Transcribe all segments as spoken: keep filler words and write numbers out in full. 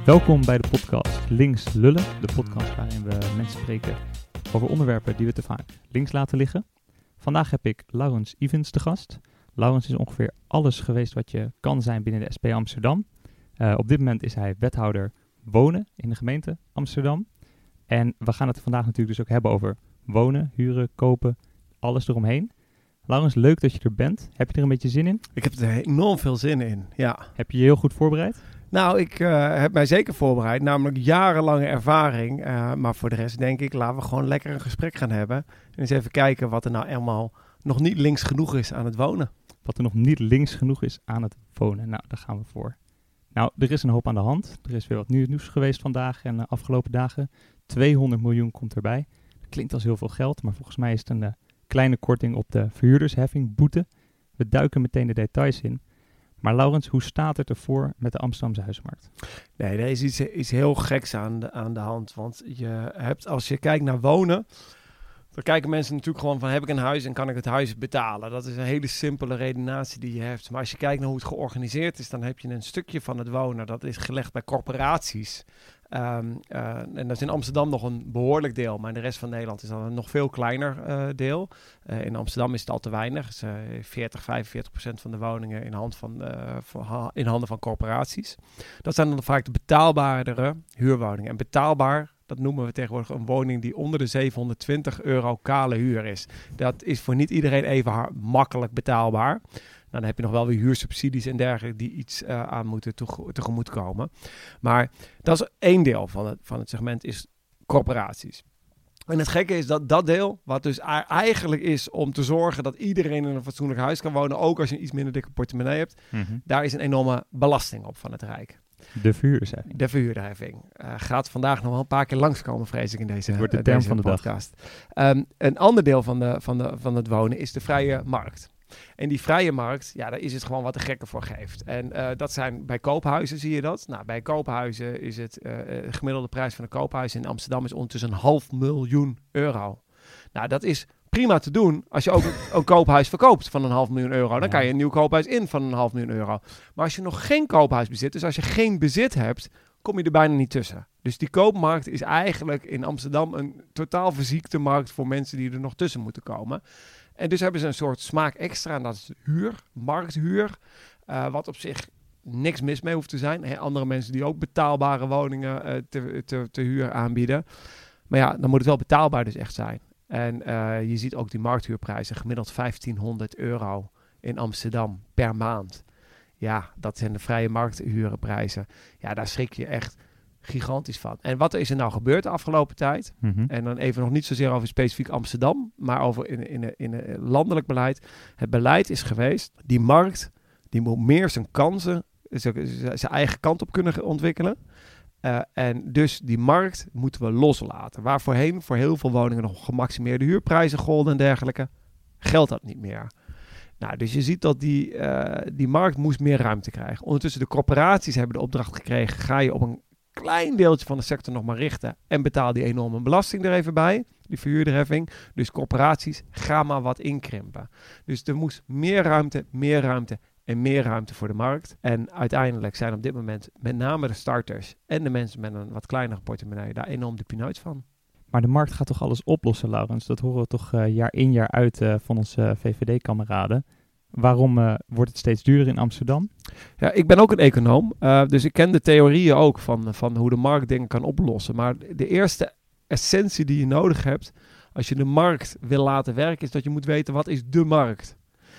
Welkom bij de podcast Links Lullen, de podcast waarin we mensen spreken over onderwerpen die we te vaak links laten liggen. Vandaag heb ik Laurens Ivens te gast. Laurens is ongeveer alles geweest wat je kan zijn binnen de S P Amsterdam. Uh, op dit moment is hij wethouder wonen in de gemeente Amsterdam. En we gaan het vandaag natuurlijk dus ook hebben over wonen, huren, kopen, alles eromheen. Laurens, leuk dat je er bent. Heb je er een beetje zin in? Ik heb er enorm veel zin in, ja. Heb je je heel goed voorbereid? Nou, ik uh, heb mij zeker voorbereid, namelijk jarenlange ervaring. Uh, maar voor de rest denk ik, laten we gewoon lekker een gesprek gaan hebben. En eens even kijken wat er nou helemaal nog niet links genoeg is aan het wonen. Wat er nog niet links genoeg is aan het wonen. Nou, daar gaan we voor. Nou, er is een hoop aan de hand. Er is weer wat nieuws geweest vandaag en de afgelopen dagen. tweehonderd miljoen komt erbij. Dat klinkt als heel veel geld, maar volgens mij is het een uh, kleine korting op de verhuurdersheffing, boete. We duiken meteen de details in. Maar Laurens, hoe staat het ervoor met de Amsterdamse huizenmarkt? Nee, er is iets, iets heel geks aan de, aan de hand. Want je hebt, als je kijkt naar wonen, dan kijken mensen natuurlijk gewoon van, heb ik een huis en kan ik het huis betalen? Dat is een hele simpele redenatie die je hebt. Maar als je kijkt naar hoe het georganiseerd is, dan heb je een stukje van het wonen. Dat is gelegd bij corporaties. Um, uh, en dat is in Amsterdam nog een behoorlijk deel, maar in de rest van Nederland is dat een nog veel kleiner uh, deel. Uh, in Amsterdam is het al te weinig. Dus, uh, veertig, vijfenveertig procent van de woningen in, hand van, uh, van, in handen van corporaties. Dat zijn dan vaak de betaalbare huurwoningen. En betaalbaar, dat noemen we tegenwoordig een woning die onder de zevenhonderdtwintig euro kale huur is. Dat is voor niet iedereen even hard, makkelijk betaalbaar. Dan heb je nog wel weer huursubsidies en dergelijke die iets uh, aan moeten toege- tegemoet komen. Maar dat is één deel van het, van het segment, is corporaties. En het gekke is dat dat deel, wat dus a- eigenlijk is om te zorgen dat iedereen in een fatsoenlijk huis kan wonen, ook als je een iets minder dikke portemonnee hebt, mm-hmm. Daar is een enorme belasting op van het Rijk. De verhuurdersheffing. De verhuurderheffing. Uh, gaat vandaag nog wel een paar keer langskomen, vrees ik, in deze, het wordt de term deze van de podcast. Um, een ander deel van, de, van, de, van het wonen is de vrije markt. En die vrije markt, ja, daar is het gewoon wat de gekke voor geeft. En uh, dat zijn bij koophuizen, zie je dat. Nou, bij koophuizen is het uh, de gemiddelde prijs van een koophuis in Amsterdam is ondertussen een half miljoen euro. Nou, dat is prima te doen als je ook een, een koophuis verkoopt van een half miljoen euro. Dan ja. kan je een nieuw koophuis in van een half miljoen euro. Maar als je nog geen koophuis bezit, dus als je geen bezit hebt, kom je er bijna niet tussen. Dus die koopmarkt is eigenlijk in Amsterdam een totaal verziekte markt voor mensen die er nog tussen moeten komen. En dus hebben ze een soort smaak extra en dat is huur, markthuur, uh, wat op zich niks mis mee hoeft te zijn. He, andere mensen die ook betaalbare woningen uh, te, te, te huur aanbieden. Maar ja, dan moet het wel betaalbaar dus echt zijn. En uh, je ziet ook die markthuurprijzen, gemiddeld vijftienhonderd euro in Amsterdam per maand. Ja, dat zijn de vrije markthuurprijzen. Ja, daar schrik je echt gigantisch van. En wat is er nou gebeurd de afgelopen tijd? Mm-hmm. En dan even nog niet zozeer over specifiek Amsterdam, maar over in, in, in, in een landelijk beleid. Het beleid is geweest, die markt, die moet meer zijn kansen, zijn eigen kant op kunnen ontwikkelen. Uh, en dus die markt moeten we loslaten. Waar voorheen voor heel veel woningen nog gemaximeerde huurprijzen golden en dergelijke, geldt dat niet meer. Nou, dus je ziet dat die, uh, die markt moest meer ruimte krijgen. Ondertussen de corporaties hebben de opdracht gekregen, ga je op een klein deeltje van de sector nog maar richten en betaal die enorme belasting er even bij, die verhuurderheffing. Dus corporaties, ga maar wat inkrimpen. Dus er moest meer ruimte, meer ruimte en meer ruimte voor de markt. En uiteindelijk zijn op dit moment met name de starters en de mensen met een wat kleinere portemonnee daar enorm de pineut van. Maar de markt gaat toch alles oplossen, Laurens? Dat horen we toch uh, jaar in jaar uit uh, van onze uh, V V D-kameraden. Waarom uh, wordt het steeds duurder in Amsterdam? Ja, ik ben ook een econoom, uh, dus ik ken de theorieën ook van, van hoe de markt dingen kan oplossen. Maar de eerste essentie die je nodig hebt als je de markt wil laten werken, is dat je moet weten, wat is de markt?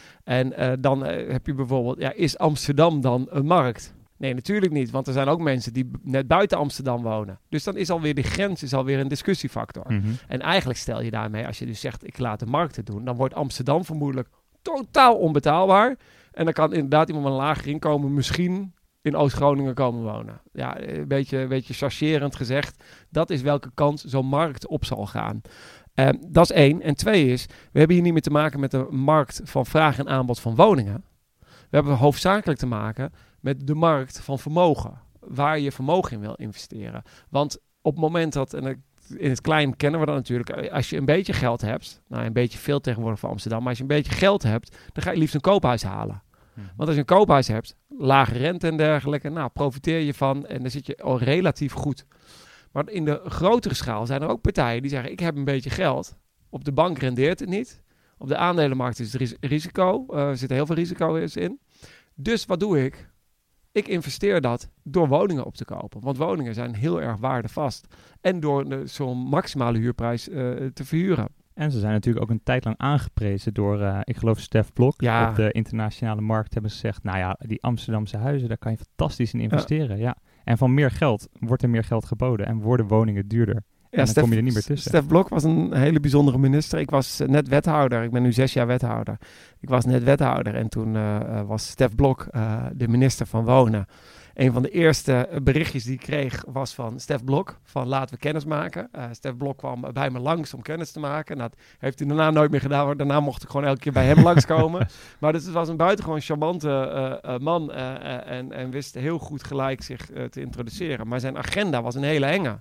En uh, dan uh, heb je bijvoorbeeld, ja, is Amsterdam dan een markt? Nee, natuurlijk niet, want er zijn ook mensen die b- net buiten Amsterdam wonen. Dus dan is alweer de grens is alweer een discussiefactor. Mm-hmm. En eigenlijk stel je daarmee, als je dus zegt, ik laat de markt het doen, dan wordt Amsterdam vermoedelijk totaal onbetaalbaar. En dan kan inderdaad iemand met een lager inkomen misschien in Oost-Groningen komen wonen. Ja, een beetje, een beetje chargerend gezegd. Dat is welke kant zo'n markt op zal gaan. Uh, dat is één. En twee is, we hebben hier niet meer te maken met een markt van vraag en aanbod van woningen. We hebben hoofdzakelijk te maken met de markt van vermogen. Waar je vermogen in wil investeren. Want op het moment dat, en in het klein kennen we dat natuurlijk, als je een beetje geld hebt, nou een beetje veel tegenwoordig voor Amsterdam, maar als je een beetje geld hebt, dan ga je liefst een koophuis halen. Hmm. Want als je een koophuis hebt, lage rente en dergelijke, nou, profiteer je van en dan zit je al relatief goed. Maar in de grotere schaal zijn er ook partijen die zeggen, ik heb een beetje geld. Op de bank rendeert het niet. Op de aandelenmarkt is het ris- risico. Uh, er zit heel veel risico in. Dus wat doe ik? Ik investeer dat door woningen op te kopen. Want woningen zijn heel erg waardevast. En door de, zo'n maximale huurprijs uh, te verhuren. En ze zijn natuurlijk ook een tijd lang aangeprezen door, uh, ik geloof, Stef Blok. Ja. Op de internationale markt hebben ze gezegd, nou ja, die Amsterdamse huizen, daar kan je fantastisch in investeren. Ja. ja. En van meer geld wordt er meer geld geboden en worden woningen duurder. En Ja, dan Stef, kom je er niet meer tussen. Stef Blok was een hele bijzondere minister. Ik was uh, net wethouder. Ik ben nu zes jaar wethouder. Ik was net wethouder en toen uh, was Stef Blok uh, de minister van Wonen. Een van de eerste berichtjes die ik kreeg was van Stef Blok, van laten we kennis maken. Uh, Stef Blok kwam bij me langs om kennis te maken. Nou, dat heeft hij daarna nooit meer gedaan. Daarna mocht ik gewoon elke keer bij hem langskomen. Maar dus het was een buitengewoon charmante uh, uh, man uh, uh, en, en wist heel goed gelijk zich uh, te introduceren. Maar zijn agenda was een hele enge.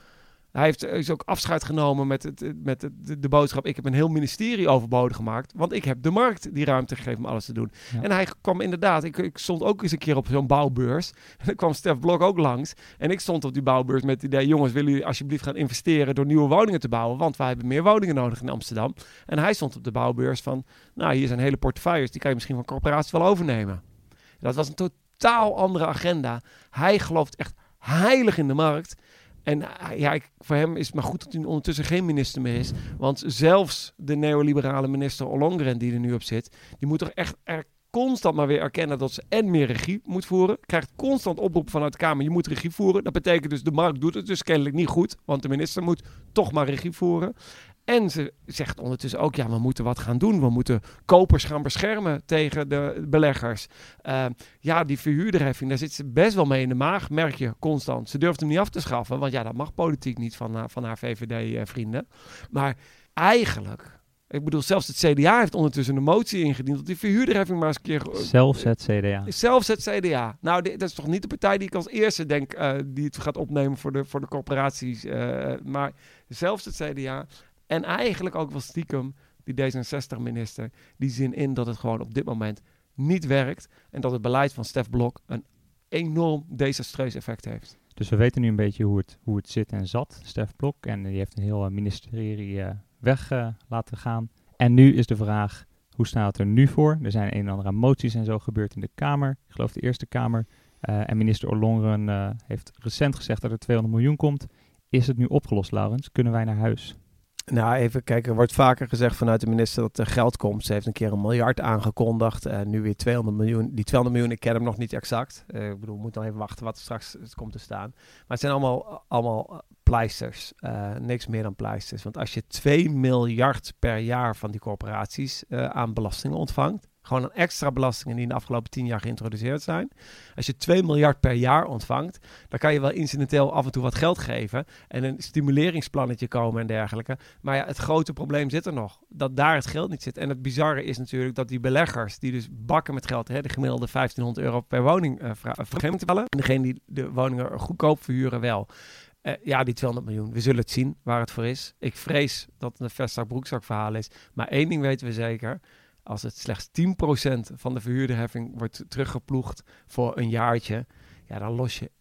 Hij heeft is ook afscheid genomen met, het, met het, de, de boodschap, ik heb een heel ministerie overbodig gemaakt, want ik heb de markt die ruimte gegeven om alles te doen. Ja. En hij kwam inderdaad, ik, ik stond ook eens een keer op zo'n bouwbeurs, en dan kwam Stef Blok ook langs, en ik stond op die bouwbeurs met het idee, jongens, willen jullie alsjeblieft gaan investeren door nieuwe woningen te bouwen, want wij hebben meer woningen nodig in Amsterdam. En hij stond op de bouwbeurs van, nou, hier zijn hele portefeuilles, die kan je misschien van corporaties wel overnemen. Dat was een totaal andere agenda. Hij gelooft echt heilig in de markt. En ja, ik, voor hem is het maar goed dat hij ondertussen geen minister meer is. Want zelfs de neoliberale minister Ollongren die er nu op zit, die moet toch echt er constant maar weer erkennen dat ze en meer regie moet voeren. Krijgt constant oproep vanuit de Kamer, je moet regie voeren. Dat betekent dus, de markt doet het dus kennelijk niet goed. Want de minister moet toch maar regie voeren. En ze zegt ondertussen ook, ja, we moeten wat gaan doen. We moeten kopers gaan beschermen tegen de beleggers. Uh, ja, die verhuurderheffing, daar zit ze best wel mee in de maag, merk je constant. Ze durft hem niet af te schaffen, want ja, dat mag politiek niet van, uh, van haar V V D-vrienden. Maar eigenlijk, ik bedoel, zelfs het C D A heeft ondertussen een motie ingediend dat die verhuurderheffing maar eens een keer... Uh, zelfs het C D A. Zelfs het C D A. Nou, dit, dat is toch niet de partij die ik als eerste denk, uh, die het gaat opnemen voor de, voor de corporaties. Uh, maar zelfs het C D A... En eigenlijk ook wel stiekem die D zesenzestig-minister die zin in dat het gewoon op dit moment niet werkt. En dat het beleid van Stef Blok een enorm desastreus effect heeft. Dus we weten nu een beetje hoe het, hoe het zit en zat, Stef Blok. En die heeft een heel uh, ministerie uh, weg uh, laten gaan. En nu is de vraag, hoe staat het er nu voor? Er zijn een en ander aan moties en zo gebeurd in de Kamer. Ik geloof de Eerste Kamer. Uh, en minister Ollongren uh, heeft recent gezegd dat er tweehonderd miljoen komt. Is het nu opgelost, Laurens? Kunnen wij naar huis? Nou, even kijken. Er wordt vaker gezegd vanuit de minister dat er geld komt. Ze heeft een keer een miljard aangekondigd. En nu weer tweehonderd miljoen. Die tweehonderd miljoen, ik ken hem nog niet exact. Uh, ik bedoel, we moeten dan even wachten wat er straks komt te staan. Maar het zijn allemaal, allemaal pleisters. Uh, niks meer dan pleisters. Want als je twee miljard per jaar van die corporaties uh, aan belastingen ontvangt. Gewoon aan extra belastingen die in de afgelopen tien jaar geïntroduceerd zijn. Als je twee miljard per jaar ontvangt, dan kan je wel incidenteel af en toe wat geld geven. En een stimuleringsplannetje komen en dergelijke. Maar ja, het grote probleem zit er nog. Dat daar het geld niet zit. En het bizarre is natuurlijk dat die beleggers, die dus bakken met geld, hè, de gemiddelde vijftienhonderd euro per woning uh, vragen te bellen. En degene die de woningen goedkoop verhuren wel. Uh, ja, die tweehonderd miljoen. We zullen het zien waar het voor is. Ik vrees dat het een vestzak-broekzak verhaal is. Maar één ding weten we zeker. Als het slechts tien procent van de verhuurderheffing wordt teruggeploegd voor een jaartje, ja, dan los je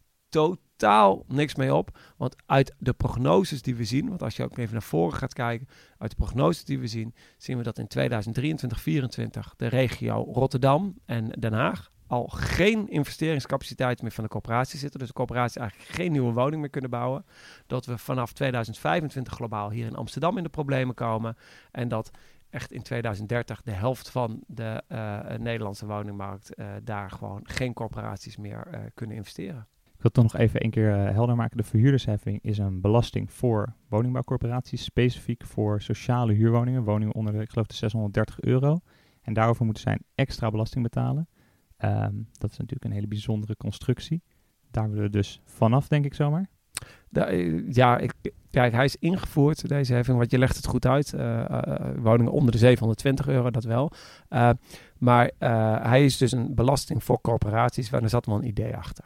totaal niks mee op. Want uit de prognoses die we zien, want als je ook even naar voren gaat kijken, uit de prognoses die we zien, zien we dat in tweeduizend drieëntwintig, vierentwintig de regio Rotterdam en Den Haag al geen investeringscapaciteit meer van de corporatie zitten. Dus de corporaties eigenlijk geen nieuwe woning meer kunnen bouwen. Dat we vanaf tweeduizend vijfentwintig globaal hier in Amsterdam in de problemen komen. En dat echt in tweeduizend dertig de helft van de uh, Nederlandse woningmarkt uh, daar gewoon geen corporaties meer uh, kunnen investeren. Ik wil toch nog even een keer uh, helder maken. De verhuurdersheffing is een belasting voor woningbouwcorporaties, specifiek voor sociale huurwoningen, woningen onder de, ik geloof de zeshonderddertig euro. En daarover moeten zij een extra belasting betalen. Um, dat is natuurlijk een hele bijzondere constructie. Daar willen we dus vanaf, denk ik zomaar. Da, ja, ik, kijk, hij is ingevoerd, deze heffing, want je legt het goed uit. Uh, uh, woningen onder de zevenhonderdtwintig euro, dat wel. Uh, maar uh, hij is dus een belasting voor corporaties, waar er zat wel een idee achter.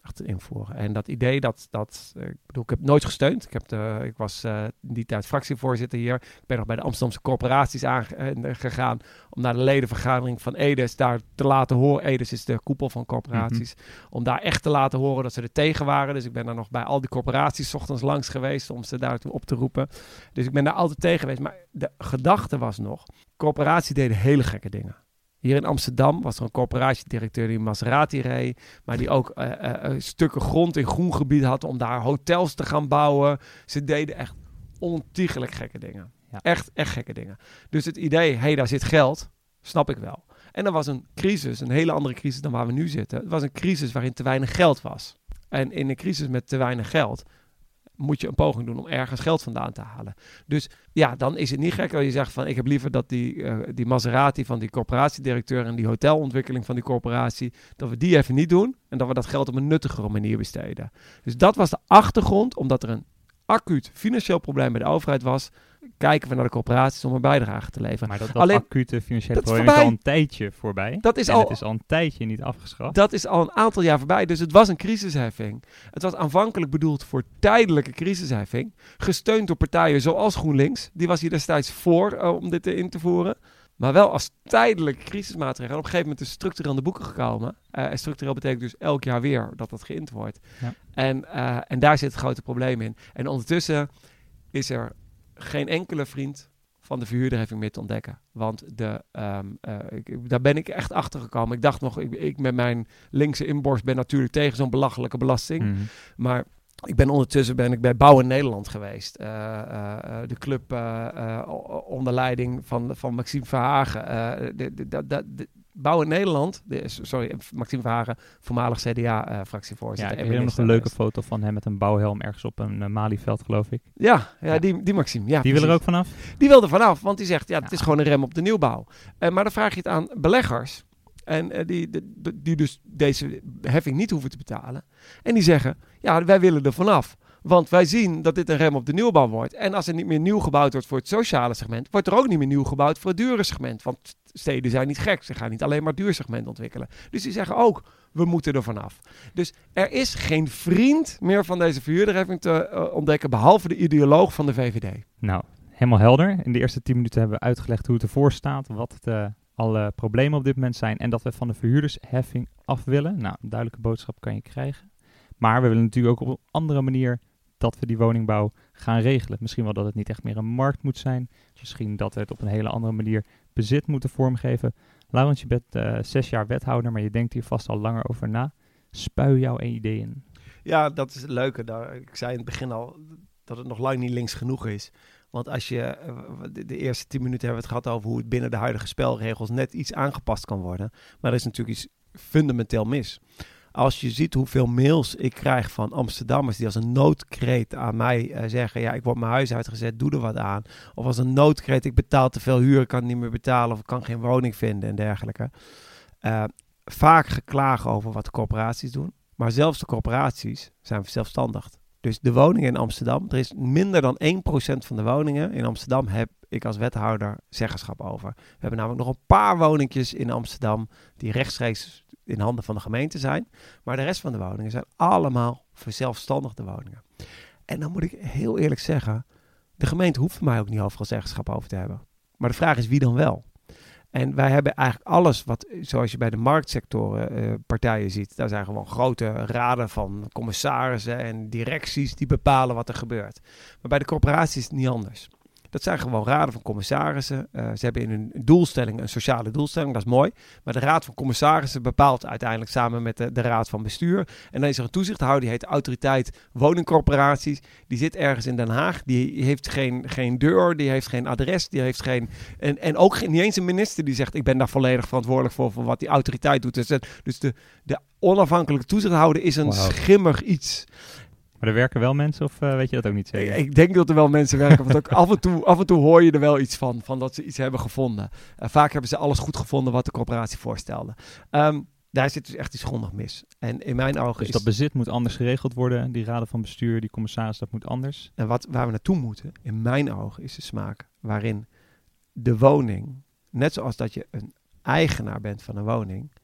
echt invoeren. En dat idee, dat, dat uh, ik bedoel, ik heb het nooit gesteund. Ik, heb de, ik was uh, in die tijd fractievoorzitter hier. Ik ben nog bij de Amsterdamse corporaties aangegaan om naar de ledenvergadering van Edes daar te laten horen. Edes is de koepel van corporaties. Mm-hmm. Om daar echt te laten horen dat ze er tegen waren. Dus ik ben daar nog bij al die corporaties 's ochtends langs geweest om ze daartoe op te roepen. Dus ik ben daar altijd tegen geweest. Maar de gedachte was nog, corporaties deden hele gekke dingen. Hier in Amsterdam was er een corporatiedirecteur die Maserati reed, maar die ook uh, uh, stukken grond in groen gebied had om daar hotels te gaan bouwen. Ze deden echt ontiegelijk gekke dingen. Ja. Echt, echt gekke dingen. Dus het idee, hé, hey, daar zit geld, snap ik wel. En er was een crisis, een hele andere crisis dan waar we nu zitten. Het was een crisis waarin te weinig geld was. En in een crisis met te weinig geld moet je een poging doen om ergens geld vandaan te halen. Dus ja, dan is het niet gek als je zegt van ik heb liever dat die, uh, die Maserati van die corporatiedirecteur en die hotelontwikkeling van die corporatie, dat we die even niet doen en dat we dat geld op een nuttigere manier besteden. Dus dat was de achtergrond, omdat er een acuut financieel probleem bij de overheid was, kijken we naar de corporaties om een bijdrage te leveren. Maar dat, dat Alleen, acute financiële dat probleem is, is al een tijdje voorbij. Dat is en al, het is al een tijdje niet afgeschaft. Dat is al een aantal jaar voorbij. Dus het was een crisisheffing. Het was aanvankelijk bedoeld voor tijdelijke crisisheffing. Gesteund door partijen zoals GroenLinks. Die was hier destijds voor uh, om dit in te voeren. Maar wel als tijdelijke crisismaatregel. Op een gegeven moment is structureel aan de boeken gekomen. Uh, en structureel betekent dus elk jaar weer dat dat geïnt wordt. Ja. En, uh, en daar zit het grote probleem in. En ondertussen is er geen enkele vriend van de verhuurderheffing meer te ontdekken. Want de, um, uh, ik, daar ben ik echt achter gekomen. Ik dacht nog, ik, ik met mijn linkse inborst ben natuurlijk tegen zo'n belachelijke belasting. Mm-hmm. Maar ik ben ondertussen ben ik bij Bouwen Nederland geweest. Uh, uh, de club uh, uh, onder leiding van, van Maxime Verhagen. Uh, de, de, de, de, de, Bouwen Nederland, de, sorry, Maxime Verhagen, voormalig C D A-fractievoorzitter. Uh, ja, ik heb nog een leuke foto van hem met een bouwhelm ergens op een uh, Malieveld, geloof ik. Ja, ja, ja. Die, die Maxime. Ja, die wil er ook vanaf? Die wil er vanaf, want die zegt, ja, het ja. is gewoon een rem op de nieuwbouw. Uh, maar dan vraag je het aan beleggers, en uh, die, die, die dus deze heffing niet hoeven te betalen. En die zeggen, ja, wij willen er vanaf. Want wij zien dat dit een rem op de nieuwbouw wordt. En als er niet meer nieuw gebouwd wordt voor het sociale segment, wordt er ook niet meer nieuw gebouwd voor het dure segment. Want steden zijn niet gek. Ze gaan niet alleen maar duur segment ontwikkelen. Dus die zeggen ook, we moeten er vanaf. Dus er is geen vriend meer van deze verhuurderheffing te uh, ontdekken, behalve de ideoloog van de V V D. Nou, helemaal helder. In de eerste tien minuten hebben we uitgelegd hoe het ervoor staat, wat het, uh, alle problemen op dit moment zijn en dat we van de verhuurdersheffing af willen. Nou, een duidelijke boodschap kan je krijgen. Maar we willen natuurlijk ook op een andere manier dat we die woningbouw gaan regelen. Misschien wel dat het niet echt meer een markt moet zijn. Misschien dat we het op een hele andere manier bezit moeten vormgeven. Laurens, je bent uh, zes jaar wethouder, maar je denkt hier vast al langer over na. Spuil jouw ideeën in. Ja, dat is het leuke. Daar, ik zei in het begin al dat het nog lang niet links genoeg is. Want als je, de, de eerste tien minuten hebben we het gehad over hoe het binnen de huidige spelregels net iets aangepast kan worden. Maar er is natuurlijk iets fundamenteel mis. Als je ziet hoeveel mails ik krijg van Amsterdammers die als een noodkreet aan mij uh, zeggen, ja, ik word mijn huis uitgezet, doe er wat aan. Of als een noodkreet, ik betaal te veel huur, ik kan het niet meer betalen of ik kan geen woning vinden en dergelijke. Uh, vaak geklagen over wat de corporaties doen. Maar zelfs de corporaties zijn zelfstandig. Dus de woningen in Amsterdam, er is minder dan één procent van de woningen in Amsterdam heb ik als wethouder zeggenschap over. We hebben namelijk nog een paar woningjes in Amsterdam die rechtstreeks in handen van de gemeente zijn. Maar de rest van de woningen zijn allemaal verzelfstandigde woningen. En dan moet ik heel eerlijk zeggen, de gemeente hoeft voor mij ook niet overal zeggenschap over te hebben. Maar de vraag is wie dan wel? En wij hebben eigenlijk alles wat, zoals je bij de marktsectoren uh, partijen ziet, daar zijn gewoon grote raden van commissarissen en directies die bepalen wat er gebeurt. Maar bij de corporaties is het niet anders. Dat zijn gewoon raden van commissarissen. Uh, ze hebben in hun doelstelling een sociale doelstelling, dat is mooi. Maar de raad van commissarissen bepaalt uiteindelijk samen met de, de raad van bestuur. En dan is er een toezichthouder, die heet Autoriteit Woningcorporaties. Die zit ergens in Den Haag. Die heeft geen, geen deur, die heeft geen adres, die heeft geen... En, en ook geen, niet eens een minister die zegt, ik ben daar volledig verantwoordelijk voor, voor wat die autoriteit doet. Dus, dus de, de onafhankelijke toezichthouder is een wow. schimmig iets. Maar er werken wel mensen of uh, weet je dat ook niet zeker? Ik denk dat er wel mensen werken, want ook af, en toe, af en toe hoor je er wel iets van, van dat ze iets hebben gevonden. Uh, vaak hebben ze alles goed gevonden wat de corporatie voorstelde. Um, daar zit dus echt iets grondig mis. En in mijn ogen dus is... dat bezit moet anders geregeld worden, die raden van bestuur, die commissaris, dat moet anders? En wat, waar we naartoe moeten, in mijn ogen, is de smaak waarin de woning, net zoals dat je een eigenaar bent van een woning,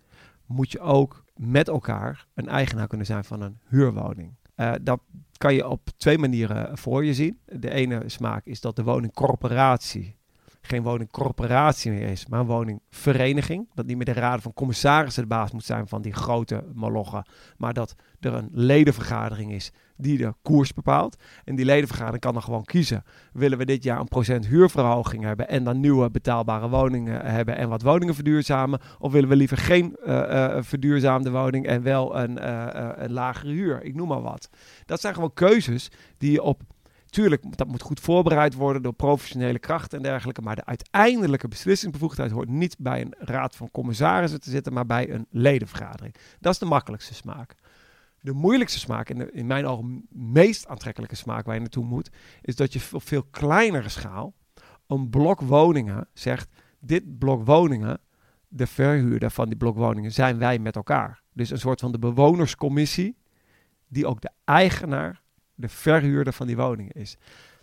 moet je ook met elkaar een eigenaar kunnen zijn van een huurwoning. Uh, dat kan je op twee manieren voor je zien. De ene smaak is dat de woningcorporatie geen woningcorporatie meer is, maar een woningvereniging. Dat niet meer de raad van commissarissen de baas moet zijn van die grote molochen, maar dat er een ledenvergadering is die de koers bepaalt. En die ledenvergadering kan dan gewoon kiezen. Willen we dit jaar een procent huurverhoging hebben en dan nieuwe betaalbare woningen hebben en wat woningen verduurzamen? Of willen we liever geen uh, uh, verduurzaamde woning en wel een, uh, uh, een lagere huur? Ik noem maar wat. Dat zijn gewoon keuzes die je op... Tuurlijk, dat moet goed voorbereid worden door professionele krachten en dergelijke. Maar de uiteindelijke beslissingsbevoegdheid hoort niet bij een raad van commissarissen te zitten, maar bij een ledenvergadering. Dat is de makkelijkste smaak. De moeilijkste smaak, en de, in mijn ogen meest aantrekkelijke smaak waar je naartoe moet, is dat je op veel kleinere schaal een blok woningen zegt, dit blok woningen, de verhuurder van die blok woningen, zijn wij met elkaar. Dus een soort van de bewonerscommissie, die ook de eigenaar, de verhuurder van die woningen is.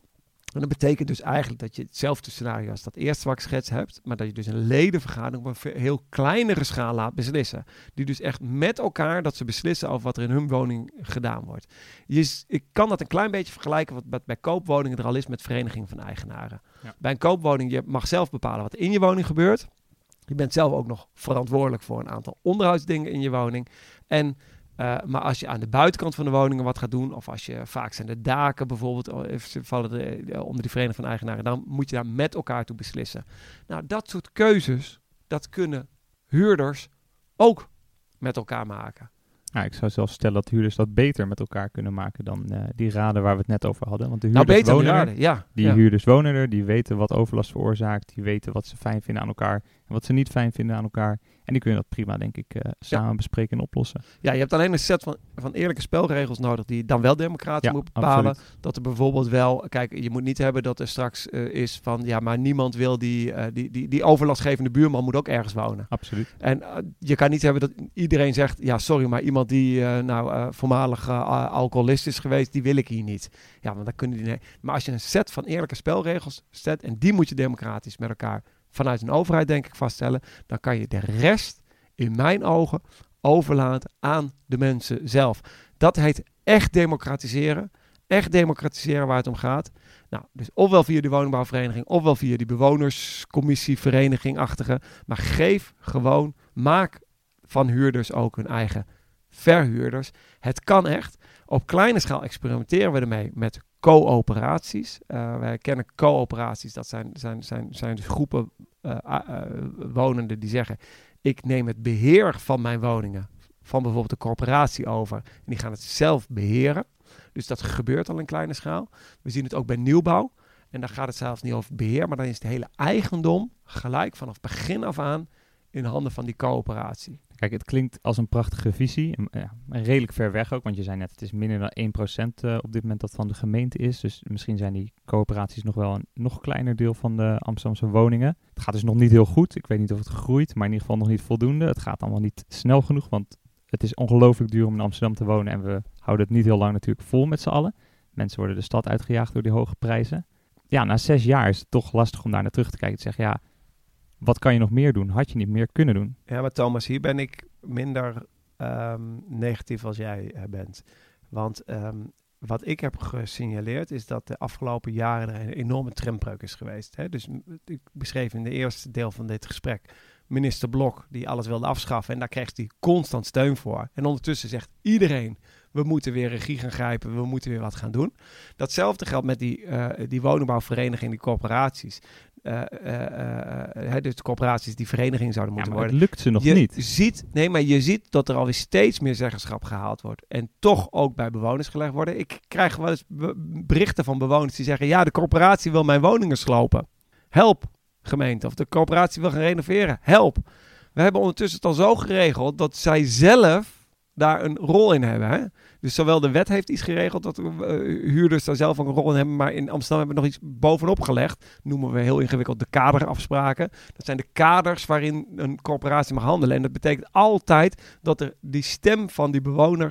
En dat betekent dus eigenlijk dat je hetzelfde scenario als dat eerste wat ik schets hebt, maar dat je dus een ledenvergadering op een heel kleinere schaal laat beslissen. Die dus echt met elkaar dat ze beslissen over wat er in hun woning gedaan wordt. Je, ik kan dat een klein beetje vergelijken wat bij koopwoningen er al is met vereniging van eigenaren. Ja. Bij een koopwoning, je mag zelf bepalen wat er in je woning gebeurt. Je bent zelf ook nog verantwoordelijk voor een aantal onderhoudsdingen in je woning. En Uh, maar als je aan de buitenkant van de woningen wat gaat doen, of als je vaak zijn de daken bijvoorbeeld, even vallen de, de, onder die vereniging van eigenaren, dan moet je daar met elkaar toe beslissen. Nou, dat soort keuzes, dat kunnen huurders ook met elkaar maken. Ja, ik zou zelfs stellen dat huurders dat beter met elkaar kunnen maken dan uh, die raden waar we het net over hadden. Want de huurders nou, beter wonen raden, er, ja. die ja. huurders wonen er, die weten wat overlast veroorzaakt, die weten wat ze fijn vinden aan elkaar en wat ze niet fijn vinden aan elkaar. En die kunnen dat prima, denk ik, uh, samen ja. bespreken en oplossen. Ja, je hebt alleen een set van, van eerlijke spelregels nodig die dan wel democratisch ja, moet bepalen. Absoluut. Dat er bijvoorbeeld wel, kijk, je moet niet hebben dat er straks uh, is van, ja, maar niemand wil die, uh, die, die, die overlastgevende buurman moet ook ergens wonen. Absoluut. En uh, je kan niet hebben dat iedereen zegt, ja, sorry, maar iemand die uh, nou uh, voormalig uh, alcoholist is geweest, die wil ik hier niet. Ja, want dan kunnen die. Nee. Maar als je een set van eerlijke spelregels zet en die moet je democratisch met elkaar vanuit een overheid, denk ik, vaststellen, dan kan je de rest in mijn ogen overlaten aan de mensen zelf. Dat heet echt democratiseren. Echt democratiseren waar het om gaat. Nou, dus ofwel via de woningbouwvereniging, ofwel via die bewonerscommissie, vereniging-achtige. Maar geef gewoon, maak van huurders ook hun eigen verhuurders. Het kan echt. Op kleine schaal experimenteren we ermee met coöperaties. Uh, wij kennen coöperaties, dat zijn, zijn, zijn, zijn dus groepen uh, uh, wonenden die zeggen, ik neem het beheer van mijn woningen van bijvoorbeeld de corporatie over en die gaan het zelf beheren. Dus dat gebeurt al in kleine schaal. We zien het ook bij nieuwbouw en daar gaat het zelfs niet over beheer, maar dan is het hele eigendom gelijk vanaf begin af aan in handen van die coöperatie. Kijk, het klinkt als een prachtige visie. Ja, redelijk ver weg ook, want je zei net, het is minder dan één procent uh, op dit moment dat van de gemeente is. Dus misschien zijn die coöperaties nog wel een nog kleiner deel van de Amsterdamse woningen. Het gaat dus nog niet heel goed. Ik weet niet of het groeit, maar in ieder geval nog niet voldoende. Het gaat allemaal niet snel genoeg, want het is ongelooflijk duur om in Amsterdam te wonen. En we houden het niet heel lang natuurlijk vol met z'n allen. Mensen worden de stad uitgejaagd door die hoge prijzen. Ja, na zes jaar is het toch lastig om daar naar terug te kijken. Te zeggen, ja, wat kan je nog meer doen? Had je niet meer kunnen doen? Ja, maar Thomas, hier ben ik minder um, negatief als jij uh, bent. Want um, wat ik heb gesignaleerd is dat de afgelopen jaren er een enorme trendbreuk is geweest. Hè? Dus ik beschreef in de eerste deel van dit gesprek minister Blok die alles wilde afschaffen en daar kreeg hij constant steun voor. En ondertussen zegt iedereen, we moeten weer regie gaan grijpen, we moeten weer wat gaan doen. Datzelfde geldt met die, uh, die woningbouwvereniging, die corporaties. Uh, uh, uh, dus de corporaties die vereniging zouden moeten ja, maar worden. Het lukt ze nog je niet. Ziet, nee, maar je ziet dat er alweer steeds meer zeggenschap gehaald wordt. En toch ook bij bewoners gelegd worden. Ik krijg wel eens berichten van bewoners die zeggen, ja, de corporatie wil mijn woningen slopen. Help, gemeente. Of de corporatie wil gaan renoveren. Help. We hebben ondertussen het al zo geregeld dat zij zelf daar een rol in hebben. Hè? Dus zowel de wet heeft iets geregeld dat uh, huurders daar zelf ook een rol in hebben, maar in Amsterdam hebben we nog iets bovenop gelegd. Noemen we heel ingewikkeld de kaderafspraken. Dat zijn de kaders waarin een corporatie mag handelen. En dat betekent altijd dat er die stem van die bewoner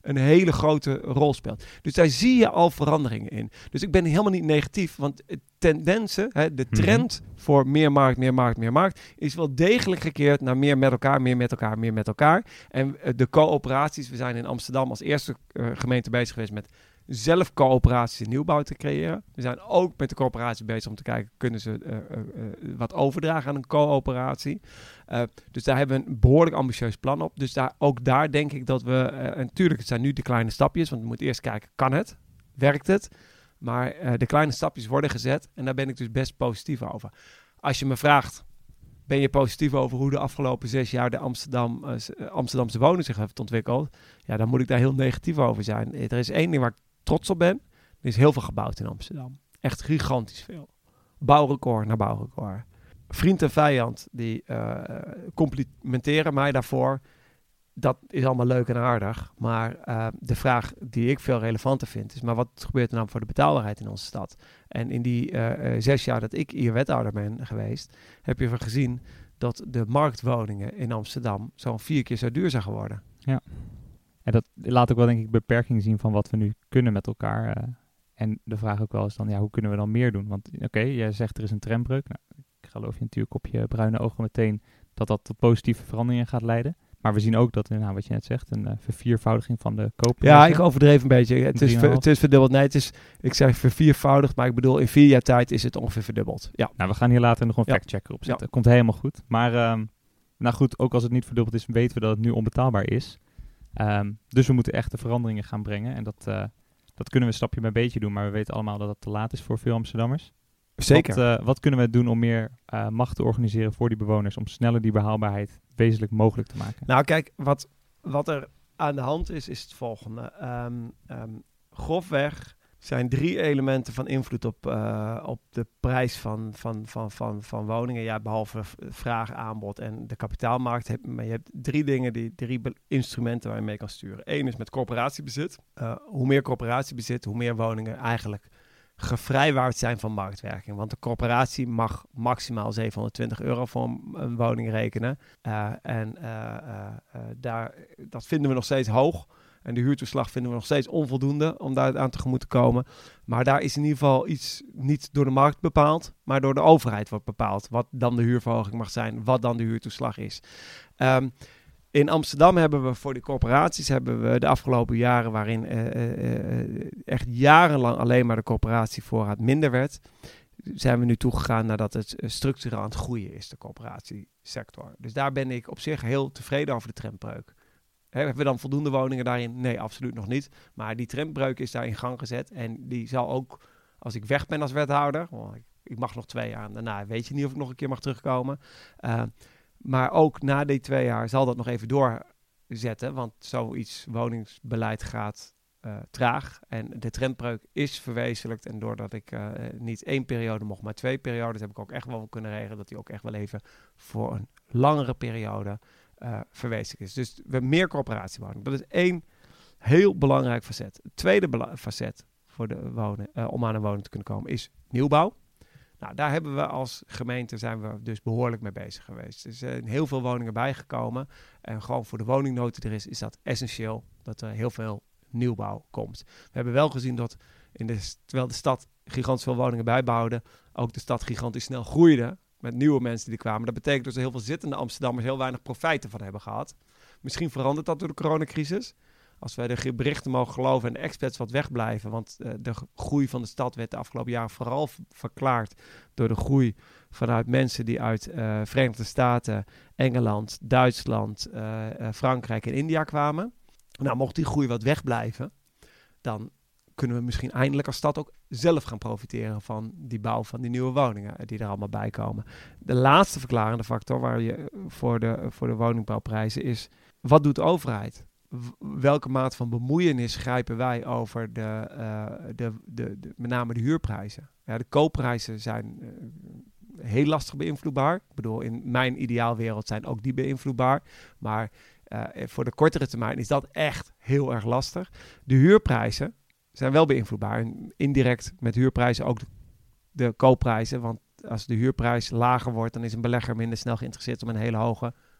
een hele grote rol speelt. Dus daar zie je al veranderingen in. Dus ik ben helemaal niet negatief, want tendensen, hè, de trend mm-hmm. voor meer markt, meer markt, meer markt, is wel degelijk gekeerd naar meer met elkaar, meer met elkaar, meer met elkaar. En uh, de coöperaties, we zijn in Amsterdam als eerste uh, gemeente bezig geweest met zelf coöperaties in nieuwbouw te creëren. We zijn ook met de coöperatie bezig om te kijken, kunnen ze uh, uh, uh, wat overdragen aan een coöperatie. Uh, dus daar hebben we een behoorlijk ambitieus plan op. Dus daar, ook daar denk ik dat we, uh, en natuurlijk het zijn nu de kleine stapjes, want we moeten eerst kijken, kan het? Werkt het? Maar uh, de kleine stapjes worden gezet en daar ben ik dus best positief over. Als je me vraagt, ben je positief over hoe de afgelopen zes jaar de Amsterdam, uh, Amsterdamse woning zich heeft ontwikkeld? Ja, dan moet ik daar heel negatief over zijn. Er is één ding waar ik trots op ben. Er is heel veel gebouwd in Amsterdam. Echt gigantisch veel. Bouwrecord naar bouwrecord. Vriend en vijand die uh, complimenteren mij daarvoor. Dat is allemaal leuk en aardig. Maar uh, de vraag die ik veel relevanter vind is, maar wat gebeurt er nou voor de betaalbaarheid in onze stad? En in die uh, uh, zes jaar dat ik hier wethouder ben geweest, heb je gezien dat de marktwoningen in Amsterdam zo'n vier keer zo duur zijn geworden. Ja. En dat laat ook wel, denk ik, beperking zien van wat we nu kunnen met elkaar. Uh, en de vraag ook wel is dan, ja, hoe kunnen we dan meer doen? Want oké, okay, jij zegt er is een trendbreuk. Nou, ik geloof je natuurlijk op je bruine ogen meteen dat dat tot positieve veranderingen gaat leiden. Maar we zien ook dat, nou, wat je net zegt, een uh, verviervoudiging van de koopprijzen. Ja, ik overdreef een beetje. Het is, ver, het is verdubbeld. Nee, het is, ik zeg verviervoudigd, maar ik bedoel in vier jaar tijd is het ongeveer verdubbeld. Ja. Nou, we gaan hier later nog een ja. factchecker op zetten. Ja. Komt helemaal goed. Maar, um, nou goed, ook als het niet verdubbeld is, weten we dat het nu onbetaalbaar is. Um, dus we moeten echt de veranderingen gaan brengen. En dat, uh, dat kunnen we stapje bij beetje doen. Maar we weten allemaal dat het te laat is voor veel Amsterdammers. Zeker. Wat, uh, wat kunnen we doen om meer uh, macht te organiseren voor die bewoners? Om sneller die behaalbaarheid wezenlijk mogelijk te maken? Nou kijk, wat, wat er aan de hand is, is het volgende. Um, um, grofweg zijn drie elementen van invloed op, uh, op de prijs van, van, van, van, van woningen. Ja, behalve vraag, aanbod en de kapitaalmarkt. Heb, maar je hebt drie dingen, die, drie be- instrumenten waar je mee kan sturen. Eén is met corporatiebezit. Uh, hoe meer corporatiebezit, hoe meer woningen eigenlijk gevrijwaard zijn van marktwerking. Want de corporatie mag maximaal zevenhonderdtwintig euro voor een, een woning rekenen. Uh, en uh, uh, uh, daar, dat vinden we nog steeds hoog. En de huurtoeslag vinden we nog steeds onvoldoende om daar aan tegemoet te komen. Maar daar is in ieder geval iets niet door de markt bepaald, maar door de overheid wordt bepaald. Wat dan de huurverhoging mag zijn, wat dan de huurtoeslag is. Um, in Amsterdam hebben we voor de corporaties hebben we de afgelopen jaren, waarin uh, uh, uh, echt jarenlang alleen maar de corporatievoorraad minder werd, zijn we nu toegegaan nadat het structureel aan het groeien is, de corporatiesector. Dus daar ben ik op zich heel tevreden over de trendbreuk. He, hebben we dan voldoende woningen daarin? Nee, absoluut nog niet. Maar die trendbreuk is daar in gang gezet. En die zal ook, als ik weg ben als wethouder, oh, ik, ik mag nog twee jaar, daarna weet je niet of ik nog een keer mag terugkomen. Uh, maar ook na die twee jaar zal dat nog even doorzetten. Want zoiets woningsbeleid gaat uh, traag. En de trendbreuk is verwezenlijkt. En doordat ik uh, niet één periode mocht, maar twee periodes, heb ik ook echt wel kunnen regelen dat die ook echt wel even voor een langere periode Uh, verwezenlijk is. Dus we hebben meer corporatiewoningen. Dat is één heel belangrijk facet. Het tweede bela- facet voor de wonen, uh, om aan een woning te kunnen komen is nieuwbouw. Nou, daar hebben we als gemeente zijn we dus behoorlijk mee bezig geweest. Er zijn heel veel woningen bijgekomen. En gewoon voor de woningnood die er is, is dat essentieel dat er heel veel nieuwbouw komt. We hebben wel gezien dat in de, terwijl de stad gigantisch veel woningen bijbouwde, ook de stad gigantisch snel groeide met nieuwe mensen die kwamen. Dat betekent dus dat heel veel zittende Amsterdammers heel weinig profijt ervan hebben gehad. Misschien verandert dat door de coronacrisis. Als wij de berichten mogen geloven en de experts wat wegblijven. Want uh, de groei van de stad werd de afgelopen jaren vooral v- verklaard door de groei vanuit mensen die uit uh, Verenigde Staten, Engeland, Duitsland, uh, uh, Frankrijk en India kwamen. Nou, mocht die groei wat wegblijven, dan kunnen we misschien eindelijk als stad ook zelf gaan profiteren van die bouw van die nieuwe woningen die er allemaal bij komen. De laatste verklarende factor waar je voor de, voor de woningbouwprijzen is, wat doet de overheid? W- welke maat van bemoeienis grijpen wij over de, uh, de, de, de, met name de huurprijzen? Ja, de koopprijzen zijn uh, heel lastig beïnvloedbaar. Ik bedoel, in mijn ideaalwereld zijn ook die beïnvloedbaar. Maar uh, voor de kortere termijn is dat echt heel erg lastig. De huurprijzen zijn wel beïnvloedbaar. En indirect met huurprijzen ook de, de koopprijzen. Want als de huurprijs lager wordt, dan is een belegger minder snel geïnteresseerd om een hele hoge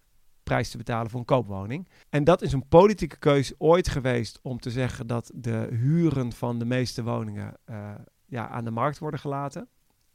prijs te betalen voor een koopwoning. En dat is een politieke keuze ooit geweest om te zeggen dat de huren van de meeste woningen uh, ja, aan de markt worden gelaten.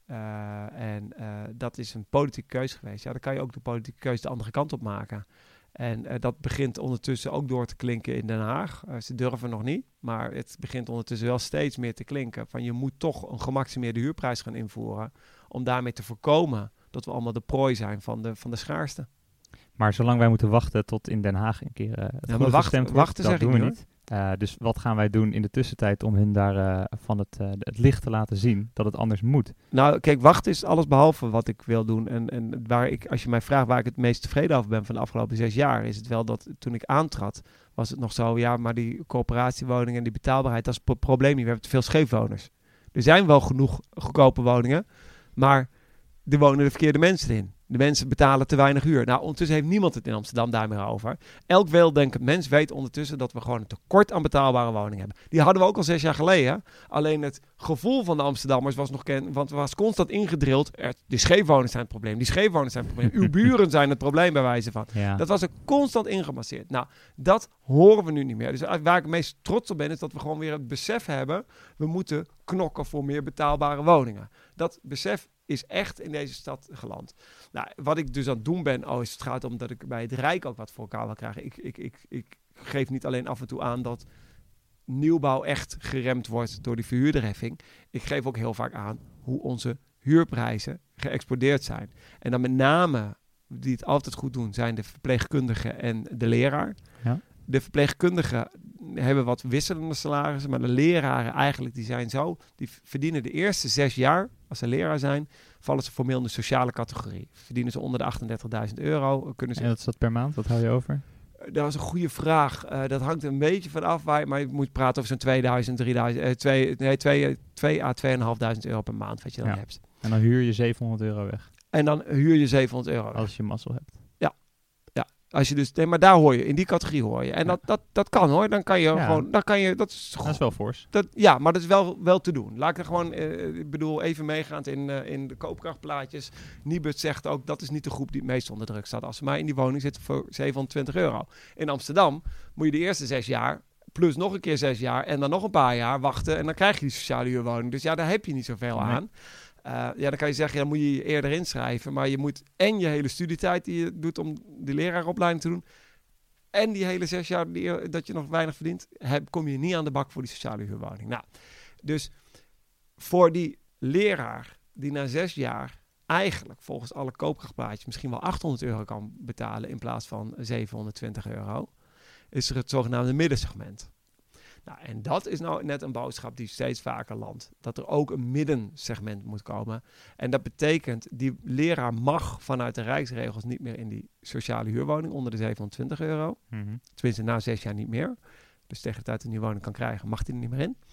Uh, en uh, dat is een politieke keuze geweest. Ja, dan kan je ook de politieke keuze de andere kant op maken. En uh, dat begint ondertussen ook door te klinken in Den Haag. Uh, ze durven nog niet, maar het begint ondertussen wel steeds meer te klinken. Van je moet toch een gemaximeerde huurprijs gaan invoeren om daarmee te voorkomen dat we allemaal de prooi zijn van de, van de schaarste. Maar zolang wij moeten wachten tot in Den Haag een keer uh, het ja, goed wacht, gestemd wordt, wachten dat zeg doen ik we niet. niet. Uh, dus wat gaan wij doen in de tussentijd om hun daar uh, van het, uh, het licht te laten zien dat het anders moet? Nou, kijk, wachten is alles behalve wat ik wil doen. En, en waar ik, als je mij vraagt waar ik het meest tevreden over ben van de afgelopen zes jaar, is het wel dat toen ik aantrad, was het nog zo, ja, maar die coöperatiewoningen en die betaalbaarheid, dat is het probleem niet. We hebben te veel scheefwoners. Er zijn wel genoeg goedkope woningen, maar er wonen de verkeerde mensen in. De mensen betalen te weinig huur. Nou, ondertussen heeft niemand het in Amsterdam daar meer over. Elk weldenkend mens weet ondertussen dat we gewoon een tekort aan betaalbare woningen hebben. Die hadden we ook al zes jaar geleden. Alleen het gevoel van de Amsterdammers was nog ken, want het was constant ingedrild. Er, de scheefwoners zijn het probleem. Die scheefwoners zijn het probleem. Uw buren zijn het probleem bij wijze van. Ja. Dat was er constant ingemasseerd. Nou, dat horen we nu niet meer. Dus waar ik het meest trots op ben, is dat we gewoon weer het besef hebben. We moeten knokken voor meer betaalbare woningen. Dat besef is echt in deze stad geland. Nou, wat ik dus aan het doen ben, oh, is het gaat om dat ik bij het Rijk ook wat voor elkaar wil krijgen. Ik, ik, ik, ik geef niet alleen af en toe aan dat nieuwbouw echt geremd wordt door die verhuurderheffing. Ik geef ook heel vaak aan hoe onze huurprijzen geëxplodeerd zijn. En dan met name, die het altijd goed doen, zijn de verpleegkundigen en de leraar. Ja. De verpleegkundigen hebben wat wisselende salarissen, maar de leraren eigenlijk, die zijn zo, die verdienen de eerste zes jaar, als ze leraar zijn, vallen ze formeel in de sociale categorie. Verdienen ze onder de achtendertigduizend euro. Kunnen ze... En wat is dat per maand? Wat hou je over? Dat is een goede vraag. Uh, dat hangt een beetje van af, waar je, maar je moet praten over zo'n tweeduizend, drieduizend, uh, twee, nee, twee, twee à tweeënhalfduizend euro per maand, wat je dan ja. hebt. En dan huur je zevenhonderd euro weg. En dan huur je zevenhonderd euro weg. Als je mazzel hebt. Als je dus, nee, maar daar hoor je, in die categorie hoor je. En ja. dat, dat, dat kan hoor, dan kan je ja. gewoon, dan kan je, dat is, dat is wel fors. Dat, ja, maar dat is wel, wel te doen. Laat ik er gewoon, uh, ik bedoel, even meegaand in, uh, in de koopkrachtplaatjes. Nibud zegt ook, dat is niet de groep die het meest onder druk staat. Als ze maar in die woning zitten voor zevenhonderdtwintig euro. In Amsterdam moet je de eerste zes jaar, plus nog een keer zes jaar en dan nog een paar jaar wachten. En dan krijg je die sociale huurwoning. Dus ja, daar heb je niet zoveel nee. aan. Uh, ja, dan kan je zeggen, ja, dan moet je je eerder inschrijven. Maar je moet en je hele studietijd die je doet om de leraaropleiding te doen, en die hele zes jaar die, dat je nog weinig verdient, heb, kom je niet aan de bak voor die sociale huurwoning. Nou, dus voor die leraar die na zes jaar eigenlijk volgens alle koopkrachtplaatjes misschien wel achthonderd euro kan betalen in plaats van zevenhonderdtwintig euro, is er het zogenaamde middensegment. Nou, en dat is nou net een boodschap die steeds vaker landt. Dat er ook een middensegment moet komen. En dat betekent, die leraar mag vanuit de Rijksregels niet meer in die sociale huurwoning onder de zevenhonderdtwintig euro. Mm-hmm. Tenminste, na zes jaar niet meer. Dus tegen de tijd dat hij een woning kan krijgen, mag hij er niet meer in.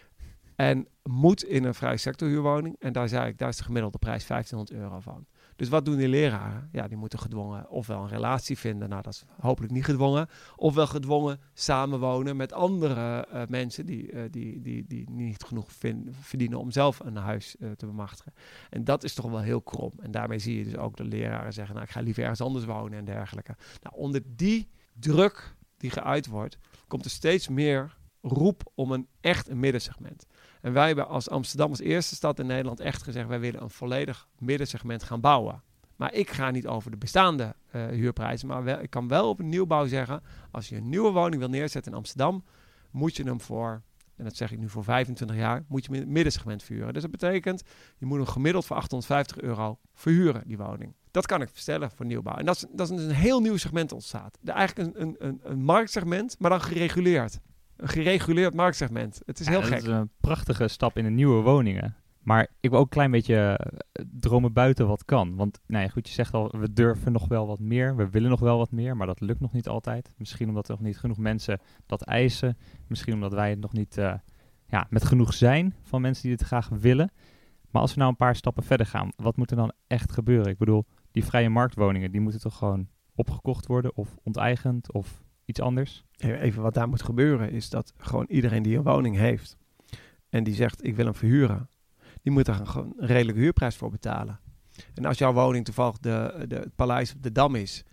En moet in een vrije sector huurwoning. En daar zei ik, daar is de gemiddelde prijs vijftienhonderd euro van. Dus wat doen die leraren? Ja, die moeten gedwongen ofwel een relatie vinden. Nou, dat is hopelijk niet gedwongen. Ofwel gedwongen samenwonen met andere uh, mensen die, uh, die, die, die niet genoeg vind, verdienen om zelf een huis uh, te bemachtigen. En dat is toch wel heel krom. En daarmee zie je dus ook de leraren zeggen, nou, ik ga liever ergens anders wonen en dergelijke. Nou, onder die druk die geuit wordt, komt er steeds meer roep om een echt een middensegment. En wij hebben als Amsterdam als eerste stad in Nederland echt gezegd, wij willen een volledig middensegment gaan bouwen. Maar ik ga niet over de bestaande uh, huurprijzen, maar wel, ik kan wel op een nieuwbouw zeggen, als je een nieuwe woning wil neerzetten in Amsterdam, moet je hem voor, en dat zeg ik nu voor vijfentwintig jaar, moet je hem in het middensegment verhuren. Dus dat betekent, je moet hem gemiddeld voor achthonderdvijftig euro verhuren, die woning. Dat kan ik verstellen voor nieuwbouw. En dat is, dat is een heel nieuw segment ontstaat. De, eigenlijk een, een, een, een marktsegment, maar dan gereguleerd. Een gereguleerd marktsegment. Het is ja, heel dat gek. Het is een prachtige stap in de nieuwe woningen. Maar ik wil ook een klein beetje uh, dromen buiten wat kan. Want nou ja, goed, je zegt al, we durven nog wel wat meer. We willen nog wel wat meer, maar dat lukt nog niet altijd. Misschien omdat er nog niet genoeg mensen dat eisen. Misschien omdat wij het nog niet uh, ja, met genoeg zijn van mensen die het graag willen. Maar als we nou een paar stappen verder gaan, wat moet er dan echt gebeuren? Ik bedoel, die vrije marktwoningen, die moeten toch gewoon opgekocht worden of onteigend of iets anders? Even wat daar moet gebeuren is dat gewoon iedereen die een woning heeft en die zegt ik wil hem verhuren, die moet daar gewoon een redelijke huurprijs voor betalen. En als jouw woning toevallig de, de, het paleis op de Dam is,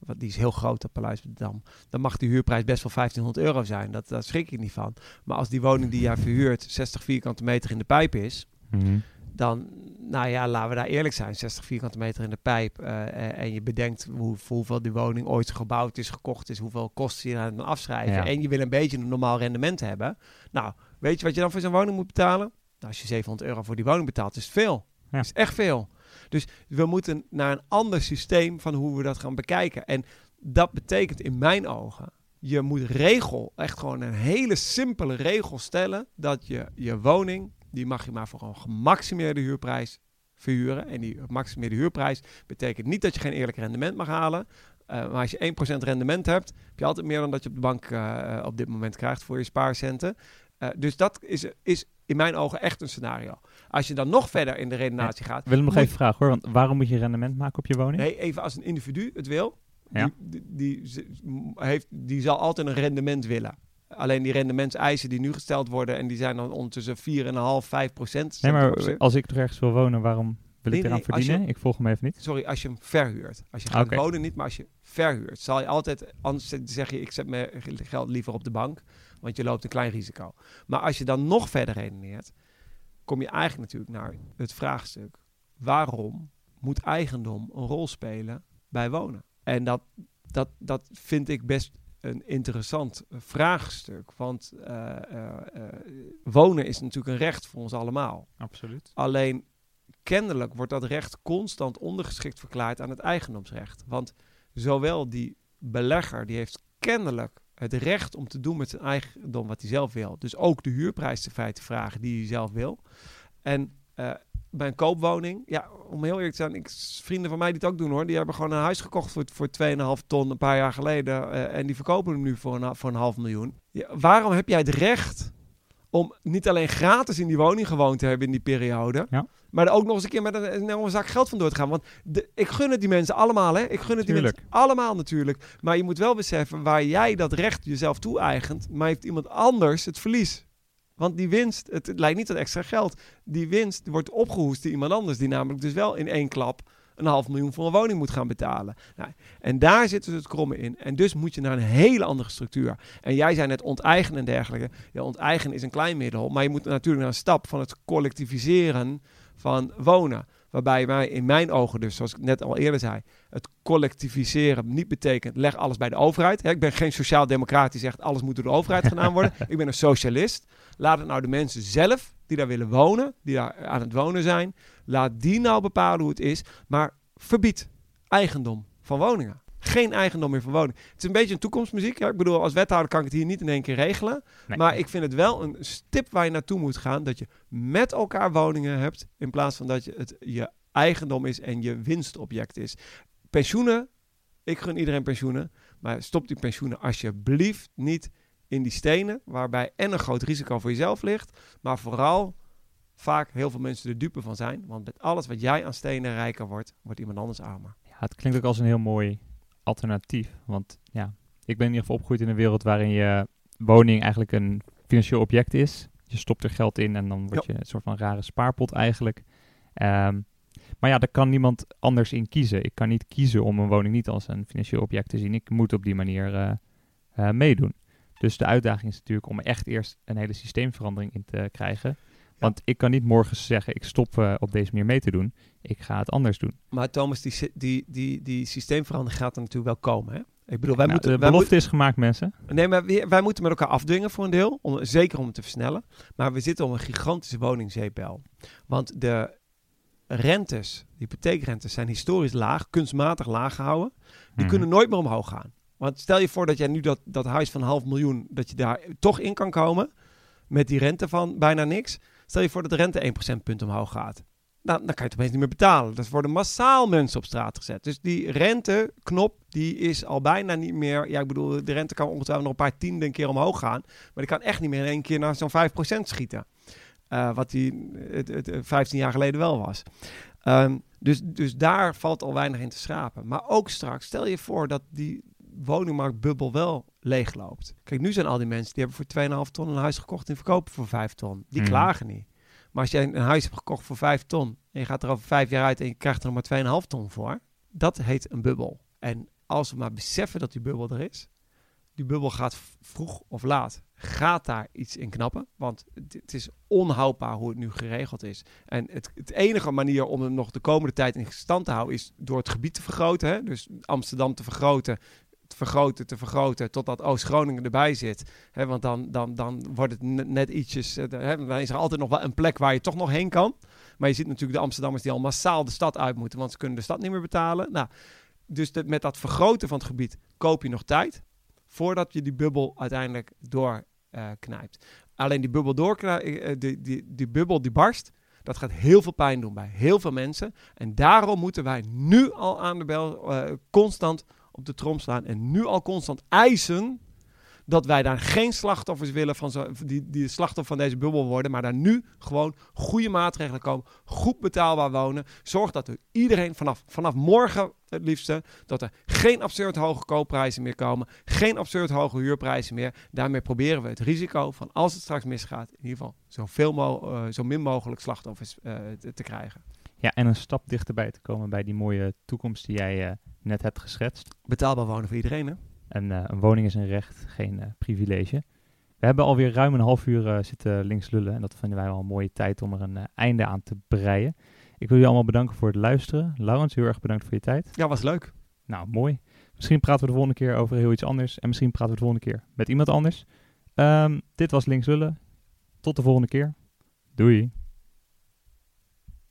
wat, die is heel groot, dat Paleis op de Dam. Dan mag de huurprijs best wel vijftienhonderd euro zijn. Dat, daar schrik ik niet van. Maar als die woning die jij verhuurt zestig vierkante meter in de pijp is... Mm-hmm. Dan, nou ja, laten we daar eerlijk zijn. zestig vierkante meter in de pijp. Uh, en je bedenkt hoe, voor hoeveel die woning ooit gebouwd is, gekocht is. Hoeveel kosten je aan het afschrijven. Ja. En je wil een beetje een normaal rendement hebben. Nou, weet je wat je dan voor zo'n woning moet betalen? Nou, als je zevenhonderd euro voor die woning betaalt, is het veel. Ja. Is echt veel. Dus we moeten naar een ander systeem van hoe we dat gaan bekijken. En dat betekent in mijn ogen... Je moet regel, echt gewoon een hele simpele regel stellen... dat je je woning... Die mag je maar voor een gemaximeerde huurprijs verhuren. En die gemaximeerde huurprijs betekent niet dat je geen eerlijk rendement mag halen. Uh, maar als je één procent rendement hebt, heb je altijd meer dan dat je op de bank uh, op dit moment krijgt voor je spaarcenten. Uh, dus dat is, is in mijn ogen echt een scenario. Als je dan nog verder in de redenatie gaat... Ik wil hem nog moet... even vragen hoor, want waarom moet je rendement maken op je woning? Nee, even als een individu het wil. Ja. Die, die, die, heeft, die zal altijd een rendement willen. Alleen die rendementseisen die nu gesteld worden... en die zijn dan ondertussen vier komma vijf, vijf procent. Nee, maar als ik toch ergens wil wonen, waarom wil nee, ik eraan nee, verdienen? Je, ik volg hem even niet. Sorry, als je hem verhuurt. Als je gaat okay. wonen niet, maar als je verhuurt... zal je altijd... Anders zeg je, ik zet mijn geld liever op de bank... want je loopt een klein risico. Maar als je dan nog verder redeneert... kom je eigenlijk natuurlijk naar het vraagstuk... waarom moet eigendom een rol spelen bij wonen? En dat, dat, dat vind ik best... een interessant vraagstuk. Want uh, uh, uh, wonen is natuurlijk een recht voor ons allemaal. Absoluut. Alleen kennelijk wordt dat recht constant ondergeschikt verklaard aan het eigendomsrecht. Want zowel die belegger, die heeft kennelijk het recht om te doen met zijn eigendom wat hij zelf wil. Dus ook de huurprijs te feite vragen die hij zelf wil. En uh, bij een koopwoning, ja, om heel eerlijk te zijn, ik, vrienden van mij die het ook doen hoor, die hebben gewoon een huis gekocht voor, voor twee komma vijf ton een paar jaar geleden uh, en die verkopen hem nu voor een, voor een half miljoen. Ja, waarom heb jij het recht om niet alleen gratis in die woning gewoond te hebben in die periode, ja. maar er ook nog eens een keer met een, een zak geld vandoor te gaan? Want de, ik gun het die mensen allemaal, hè? Ik gun het Tuurlijk. die mensen allemaal natuurlijk. Maar je moet wel beseffen, waar jij dat recht jezelf toe-eigent, maar heeft iemand anders het verlies. Want die winst, het, het lijkt niet aan extra geld. Die winst wordt opgehoest door iemand anders, die namelijk dus wel in één klap een half miljoen voor een woning moet gaan betalen. Nou, en daar zitten ze het kromme in. En dus moet je naar een hele andere structuur. En jij zei net onteigenen en dergelijke. Ja, onteigenen is een klein middel, maar je moet natuurlijk naar een stap van het collectiviseren van wonen. Waarbij mij in mijn ogen dus, zoals ik net al eerder zei, het collectiviseren niet betekent leg alles bij de overheid. Hè, ik ben geen sociaal-democraat die zegt alles moet door de overheid gedaan worden. Ik ben een socialist. Laat het nou de mensen zelf die daar willen wonen, die daar aan het wonen zijn, laat die nou bepalen hoe het is. Maar verbied eigendom van woningen. Geen eigendom meer van woningen. Het is een beetje een toekomstmuziek. Ja? Ik bedoel, als wethouder kan ik het hier niet in één keer regelen. Nee. Maar ik vind het wel een stip waar je naartoe moet gaan. Dat je met elkaar woningen hebt. In plaats van dat je het je eigendom is en je winstobject is. Pensioenen. Ik gun iedereen pensioenen. Maar stop die pensioenen alsjeblieft niet in die stenen. Waarbij en een groot risico voor jezelf ligt. Maar vooral vaak heel veel mensen er dupe van zijn. Want met alles wat jij aan stenen rijker wordt, wordt iemand anders armer. Ja, het klinkt ook als een heel mooi alternatief. Want ja, ik ben in ieder geval opgegroeid in een wereld waarin je woning eigenlijk een financieel object is. Je stopt er geld in en dan word je een soort van rare spaarpot eigenlijk. Um, maar ja, daar kan niemand anders in kiezen. Ik kan niet kiezen om een woning niet als een financieel object te zien. Ik moet op die manier uh, uh, meedoen. Dus de uitdaging is natuurlijk om echt eerst een hele systeemverandering in te krijgen. Want ik kan niet morgen zeggen, ik stop uh, op deze manier mee te doen. Ik ga het anders doen. Maar Thomas, die, die, die, die systeemverandering gaat er natuurlijk wel komen, hè? Ik bedoel, wij nou, moeten, de wij belofte moet, is gemaakt, mensen. Nee, maar wij, wij moeten met elkaar afdwingen voor een deel. Om, zeker om het te versnellen. Maar we zitten op een gigantische woningzeepbel. Want de rentes, de hypotheekrentes, zijn historisch laag, kunstmatig laag gehouden. Die hmm. kunnen nooit meer omhoog gaan. Want stel je voor dat jij nu dat, dat huis van een half miljoen, dat je daar toch in kan komen. Met die rente van bijna niks. Stel je voor dat de rente één procentpunt omhoog gaat. Nou, dan kan je het opeens niet meer betalen. Dus worden massaal mensen op straat gezet. Dus die renteknop, die is al bijna niet meer... Ja, ik bedoel, de rente kan ongetwijfeld nog een paar tienden een keer omhoog gaan. Maar die kan echt niet meer in één keer naar zo'n vijf procent schieten. Uh, wat die het, het, het vijftien jaar geleden wel was. Um, dus, dus daar valt al weinig in te schrapen. Maar ook straks, stel je voor dat die woningmarktbubbel wel leegloopt. Kijk, nu zijn al die mensen die hebben voor twee komma vijf ton een huis gekocht en verkopen voor vijf ton. Die mm. klagen niet. Maar als jij een huis hebt gekocht voor vijf ton en je gaat er over vijf jaar uit en je krijgt er nog maar twee komma vijf ton voor, dat heet een bubbel. En als we maar beseffen dat die bubbel er is. Die bubbel gaat v- vroeg of laat, gaat daar iets in knappen. Want het, het is onhoudbaar hoe het nu geregeld is. En het, het enige manier om hem nog de komende tijd in stand te houden is door het gebied te vergroten. Hè? Dus Amsterdam te vergroten, te vergroten, te vergroten, totdat Oost-Groningen erbij zit. Hè? Want dan, dan, dan wordt het net, net ietsjes... Uh, hè? Dan is er altijd nog wel een plek waar je toch nog heen kan. Maar je ziet natuurlijk de Amsterdammers die al massaal de stad uit moeten, want ze kunnen de stad niet meer betalen. Nou, dus de, met dat vergroten van het gebied koop je nog tijd voordat je die bubbel uiteindelijk doorknijpt. Uh, Alleen die bubbel, doorknij- uh, die, die, die bubbel die barst, dat gaat heel veel pijn doen bij heel veel mensen. En daarom moeten wij nu al aan de bel uh, constant op de trom slaan en nu al constant eisen dat wij daar geen slachtoffers willen van zo, die, die slachtoffer van deze bubbel worden, maar daar nu gewoon goede maatregelen komen, goed betaalbaar wonen. Zorg dat er iedereen vanaf, vanaf morgen het liefste, dat er geen absurd hoge koopprijzen meer komen, geen absurd hoge huurprijzen meer. Daarmee proberen we het risico van als het straks misgaat, in ieder geval zoveel mo- uh, zo min mogelijk slachtoffers uh, te, te krijgen. Ja, en een stap dichterbij te komen bij die mooie toekomst die jij uh, net hebt geschetst. Betaalbaar wonen voor iedereen, hè? En uh, een woning is een recht, geen uh, privilege. We hebben alweer ruim een half uur uh, zitten links lullen. En dat vinden wij wel een mooie tijd om er een uh, einde aan te breien. Ik wil jullie allemaal bedanken voor het luisteren. Laurens, heel erg bedankt voor je tijd. Ja, was leuk. Nou, mooi. Misschien praten we de volgende keer over heel iets anders. En misschien praten we de volgende keer met iemand anders. Um, dit was links lullen. Tot de volgende keer. Doei.